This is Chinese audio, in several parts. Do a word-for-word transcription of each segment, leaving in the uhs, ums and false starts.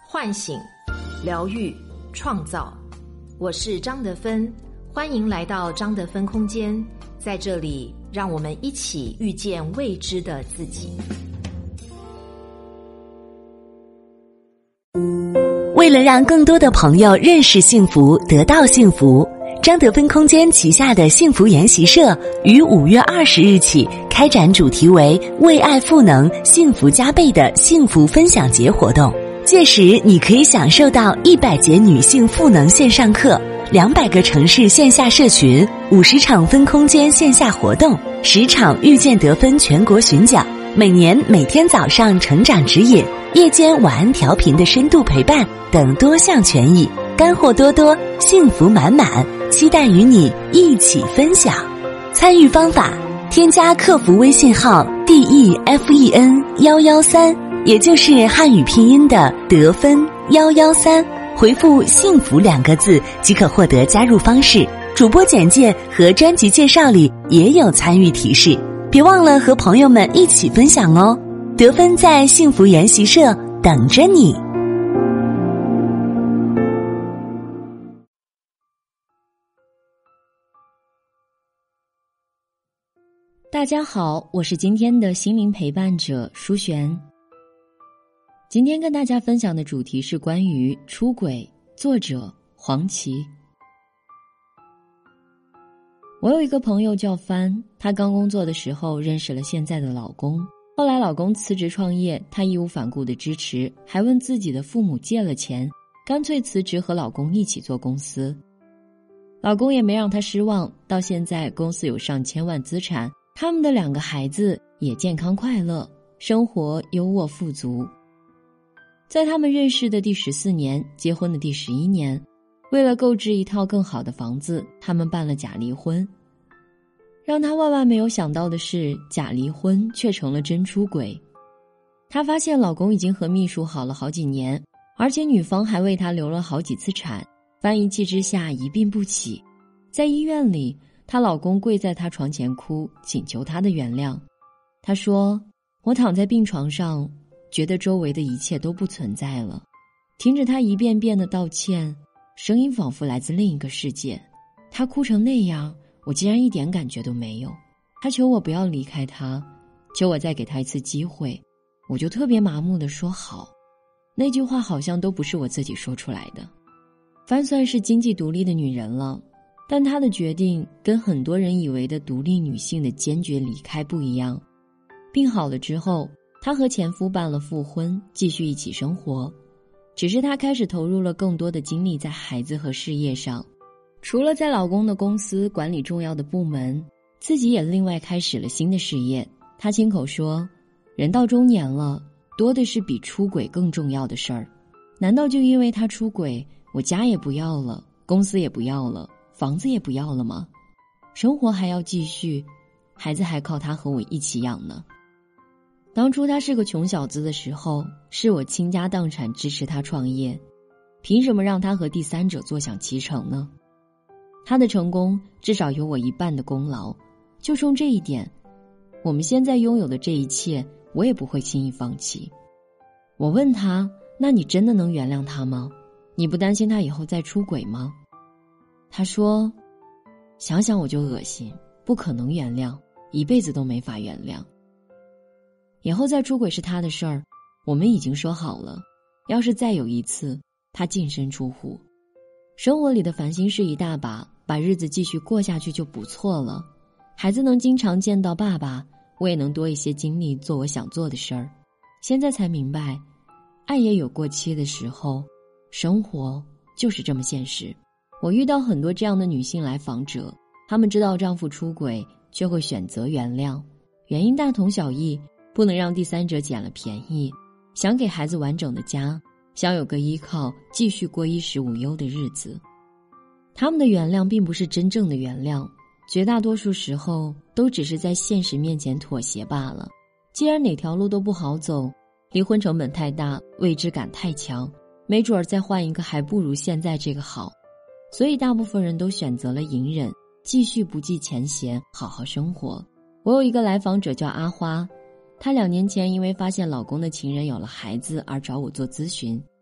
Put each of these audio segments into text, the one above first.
唤醒、疗愈、创造。我是张德芬，欢迎来到张德芬空间，在这里让我们一起遇见未知的自己。 为了让更多的朋友认识幸福，得到幸福，张德芬空间旗下的幸福研习社于五月二十日起开展主题为为爱赋能，幸福加倍的幸福分享节活动。届时你可以享受到一百节女性赋能线上课，两百个城市线下社群，五十场分空间线下活动，十场遇见得分全国巡讲，每年每天早上成长指引，夜间晚安调频的深度陪伴等多项权益，干货多多，幸福满满，期待与你一起分享。参与方法：添加客服微信号 D E F E N 一一三，也就是汉语拼音的得分一一三，回复幸福两个字即可获得加入方式。主播简介和专辑介绍里也有参与提示，别忘了和朋友们一起分享哦。得分在幸福研习社等着你。 大家好，我是今天的心灵陪伴者舒璇。今天跟大家分享的主题是关于出轨，作者黄琦。我有一个朋友叫帆，她刚工作的时候认识了现在的老公，后来老公辞职创业，她义无反顾的支持，还问自己的父母借了钱，干脆辞职和老公一起做公司。老公也没让她失望，到现在公司有上千万资产，他们的两个孩子也健康快乐，生活优渥富足。在他们认识的第十四年，结婚的第十一年，为了购置一套更好的房子，他们办了假离婚。让她万万没有想到的是，假离婚却成了真出轨。她发现老公已经和秘书好了好几年，而且女方还为她流了好几次产，翻一气之下一病不起。在医院里，她老公跪在她床前哭，请求她的原谅。她说，我躺在病床上，觉得周围的一切都不存在了。听着她一遍遍的道歉，声音仿佛来自另一个世界。她哭成那样，我竟然一点感觉都没有。她求我不要离开她，求我再给她一次机会，我就特别麻木地说好。那句话好像都不是我自己说出来的。帆算是经济独立的女人了，但她的决定跟很多人以为的独立女性的坚决离开不一样。病好了之后，她和前夫办了复婚，继续一起生活。只是她开始投入了更多的精力在孩子和事业上，除了在老公的公司管理重要的部门，自己也另外开始了新的事业。她亲口说，人到中年了，多的是比出轨更重要的事儿。难道就因为他出轨，我家也不要了，公司也不要了，房子也不要了吗？生活还要继续，孩子还靠他和我一起养呢。当初他是个穷小子的时候，是我倾家荡产支持他创业，凭什么让他和第三者坐享其成呢？他的成功至少有我一半的功劳，就冲这一点，我们现在拥有的这一切，我也不会轻易放弃。我问他，那你真的能原谅他吗？你不担心他以后再出轨吗？他说，想想我就恶心，不可能原谅，一辈子都没法原谅。以后再出轨是他的事儿，我们已经说好了，要是再有一次，他净身出户。生活里的烦心事一大把，把日子继续过下去就不错了。孩子能经常见到爸爸，我也能多一些精力做我想做的事儿。现在才明白，爱也有过期的时候，生活就是这么现实。我遇到很多这样的女性来访者，她们知道丈夫出轨，却会选择原谅，原因大同小异，不能让第三者捡了便宜，想给孩子完整的家，想有个依靠，继续过衣食无忧的日子。他们的原谅并不是真正的原谅，绝大多数时候都只是在现实面前妥协罢了。既然哪条路都不好走，离婚成本太大，未知感太强，没准儿再换一个还不如现在这个好。所以大部分人都选择了隐忍，继续不计前嫌，好好生活。我有一个来访者叫阿花，她两年前因为发现老公的情人有了孩子而找我做咨询。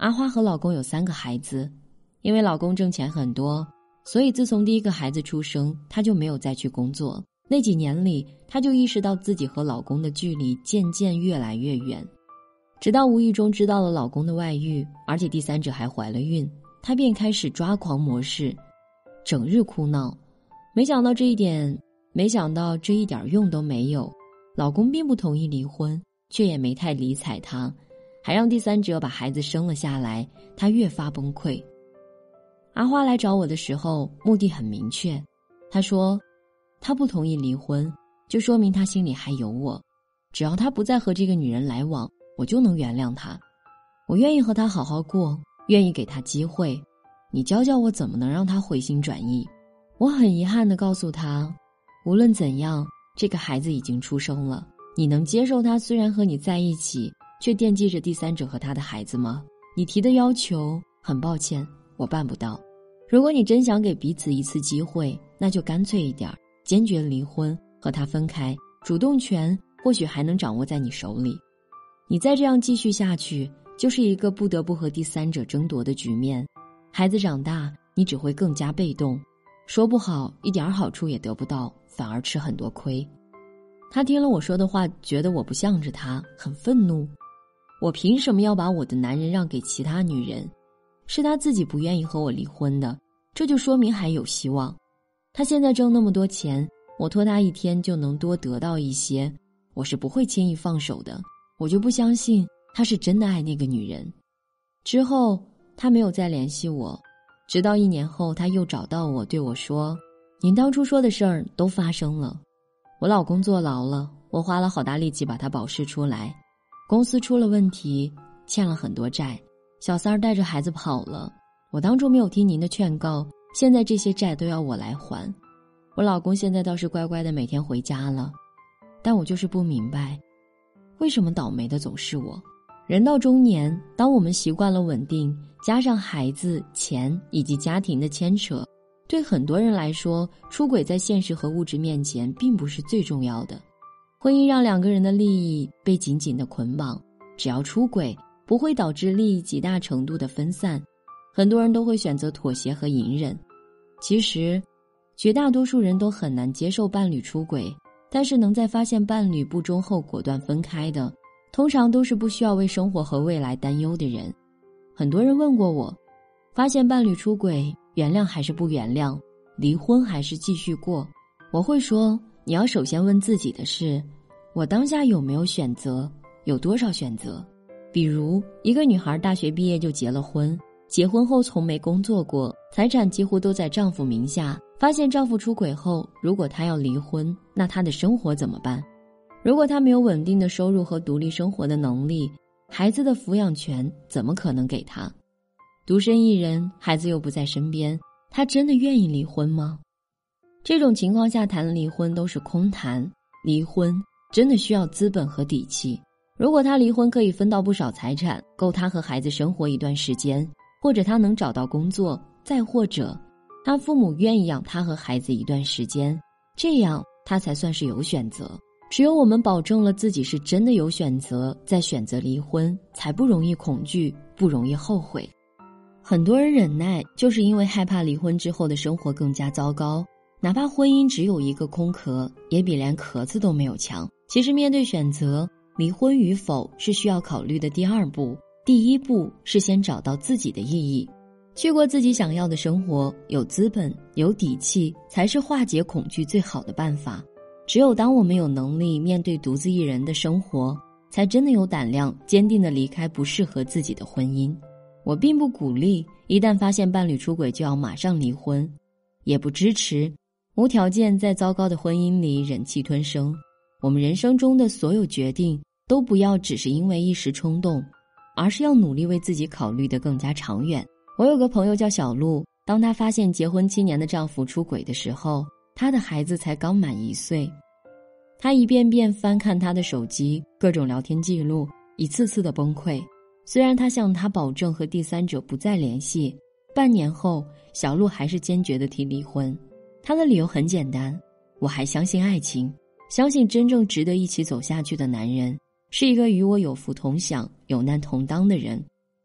阿花和老公有三个孩子，因为老公挣钱很多，所以自从第一个孩子出生，她就没有再去工作。那几年里，她就意识到自己和老公的距离渐渐越来越远，直到无意中知道了老公的外遇，而且第三者还怀了孕，她便开始抓狂模式，整日哭闹。没想到这一点，没想到这一点用都没有。老公并不同意离婚，却也没太理睬她，还让第三者把孩子生了下来，她越发崩溃。阿花来找我的时候，目的很明确，她说她不同意离婚，就说明她心里还有我，只要她不再和这个女人来往，我就能原谅她。我愿意和她好好过，愿意给她机会，你教教我怎么能让她回心转意。我很遗憾地告诉她，无论怎样，这个孩子已经出生了，你能接受他虽然和你在一起，却惦记着第三者和他的孩子吗？你提的要求，很抱歉，我办不到。如果你真想给彼此一次机会，那就干脆一点，坚决离婚，和他分开，主动权或许还能掌握在你手里。你再这样继续下去，就是一个不得不和第三者争夺的局面。孩子长大，你只会更加被动，说不好，一点好处也得不到，反而吃很多亏。他听了我说的话，觉得我不向着他，很愤怒。我凭什么要把我的男人让给其他女人？是他自己不愿意和我离婚的，这就说明还有希望。他现在挣那么多钱，我拖他一天就能多得到一些，我是不会轻易放手的。我就不相信他是真的爱那个女人。之后他没有再联系我，直到一年后他又找到我，对我说，您当初说的事儿都发生了。我老公坐牢了，我花了好大力气把他保释出来，公司出了问题，欠了很多债，小三儿带着孩子跑了。我当初没有听您的劝告，现在这些债都要我来还。我老公现在倒是乖乖的每天回家了，但我就是不明白，为什么倒霉的总是我？人到中年，当我们习惯了稳定，加上孩子、钱以及家庭的牵扯，对很多人来说，出轨在现实和物质面前并不是最重要的。婚姻让两个人的利益被紧紧的捆绑，只要出轨不会导致利益极大程度的分散，很多人都会选择妥协和隐忍。其实绝大多数人都很难接受伴侣出轨，但是能在发现伴侣不忠后果断分开的，通常都是不需要为生活和未来担忧的人。很多人问过我，发现伴侣出轨，原谅还是不原谅，离婚还是继续过？我会说，你要首先问自己的是，我当下有没有选择，有多少选择？比如一个女孩大学毕业就结了婚，结婚后从没工作过，财产几乎都在丈夫名下，发现丈夫出轨后，如果她要离婚，那她的生活怎么办？如果她没有稳定的收入和独立生活的能力，孩子的抚养权怎么可能给她？独身一人，孩子又不在身边，她真的愿意离婚吗？这种情况下谈离婚都是空谈，离婚真的需要资本和底气。如果她离婚可以分到不少财产，够她和孩子生活一段时间，或者她能找到工作，再或者她父母愿意养她和孩子一段时间，这样她才算是有选择。只有我们保证了自己是真的有选择，再选择离婚，才不容易恐惧，不容易后悔。很多人忍耐，就是因为害怕离婚之后的生活更加糟糕，哪怕婚姻只有一个空壳，也比连壳子都没有强。其实面对选择，离婚与否是需要考虑的第二步，第一步是先找到自己的意义，去过自己想要的生活，有资本，有底气，才是化解恐惧最好的办法。只有当我们有能力面对独自一人的生活，才真的有胆量坚定地离开不适合自己的婚姻。我并不鼓励一旦发现伴侣出轨就要马上离婚，也不支持无条件在糟糕的婚姻里忍气吞声。我们人生中的所有决定都不要只是因为一时冲动，而是要努力为自己考虑得更加长远。我有个朋友叫小璐，当她发现结婚七年的丈夫出轨的时候，她的孩子才刚满一岁。她一遍遍翻看她的手机，各种聊天记录，一次次的崩溃。虽然她向他保证和第三者不再联系，半年后小璐还是坚决地提离婚。她的理由很简单，我还相信爱情，相信真正值得一起走下去的男人是一个与我有福同享、有难同当的人。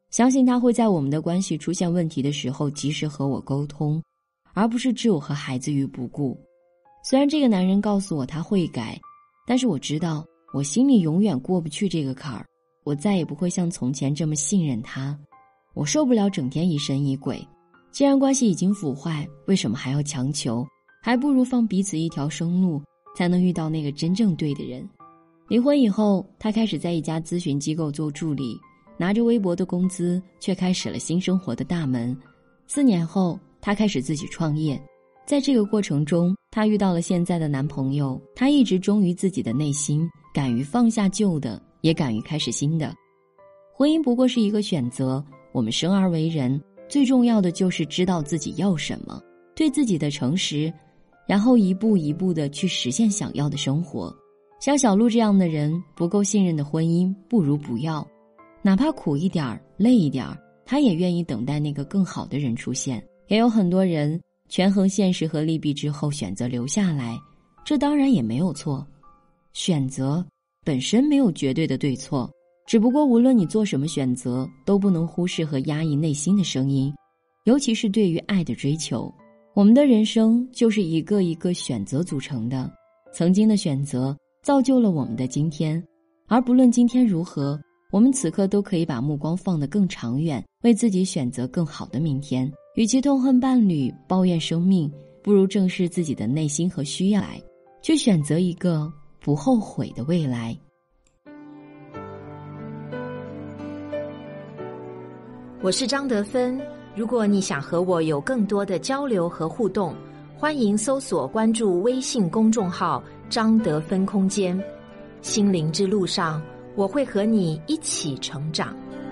相信他会在我们的关系出现问题的时候及时和我沟通，而不是置我和孩子于不顾。虽然这个男人告诉我他会改，但是我知道我心里永远过不去这个坎儿，我再也不会像从前这么信任他。我受不了整天疑神疑鬼，既然关系已经腐坏，为什么还要强求？还不如放彼此一条生路，才能遇到那个真正对的人。离婚以后，他开始在一家咨询机构做助理，拿着微薄的工资，却开始了新生活的大门。四年后，他开始自己创业。在这个过程中，他遇到了现在的男朋友，他一直忠于自己的内心，敢于放下旧的，也敢于开始新的。婚姻不过是一个选择，我们生而为人，最重要的就是知道自己要什么，对自己的诚实，然后一步一步地去实现想要的生活。像小鹿这样的人，不够信任的婚姻不如不要，哪怕苦一点累一点，他也愿意等待那个更好的人出现。也有很多人权衡现实和利弊之后选择留下来，这当然也没有错。选择本身没有绝对的对错，只不过无论你做什么选择，都不能忽视和压抑内心的声音，尤其是对于爱的追求。我们的人生就是一个一个选择组成的，曾经的选择造就了我们的今天，而不论今天如何，我们此刻都可以把目光放得更长远，为自己选择更好的明天。与其痛恨伴侣，抱怨生命，不如正视自己的内心和需要，去选择一个不后悔的未来。 我是张德芬，如果你想和我有更多的交流和互动，欢迎搜索关注微信公众号张德芬空间。心灵之路上，我会和你一起成长。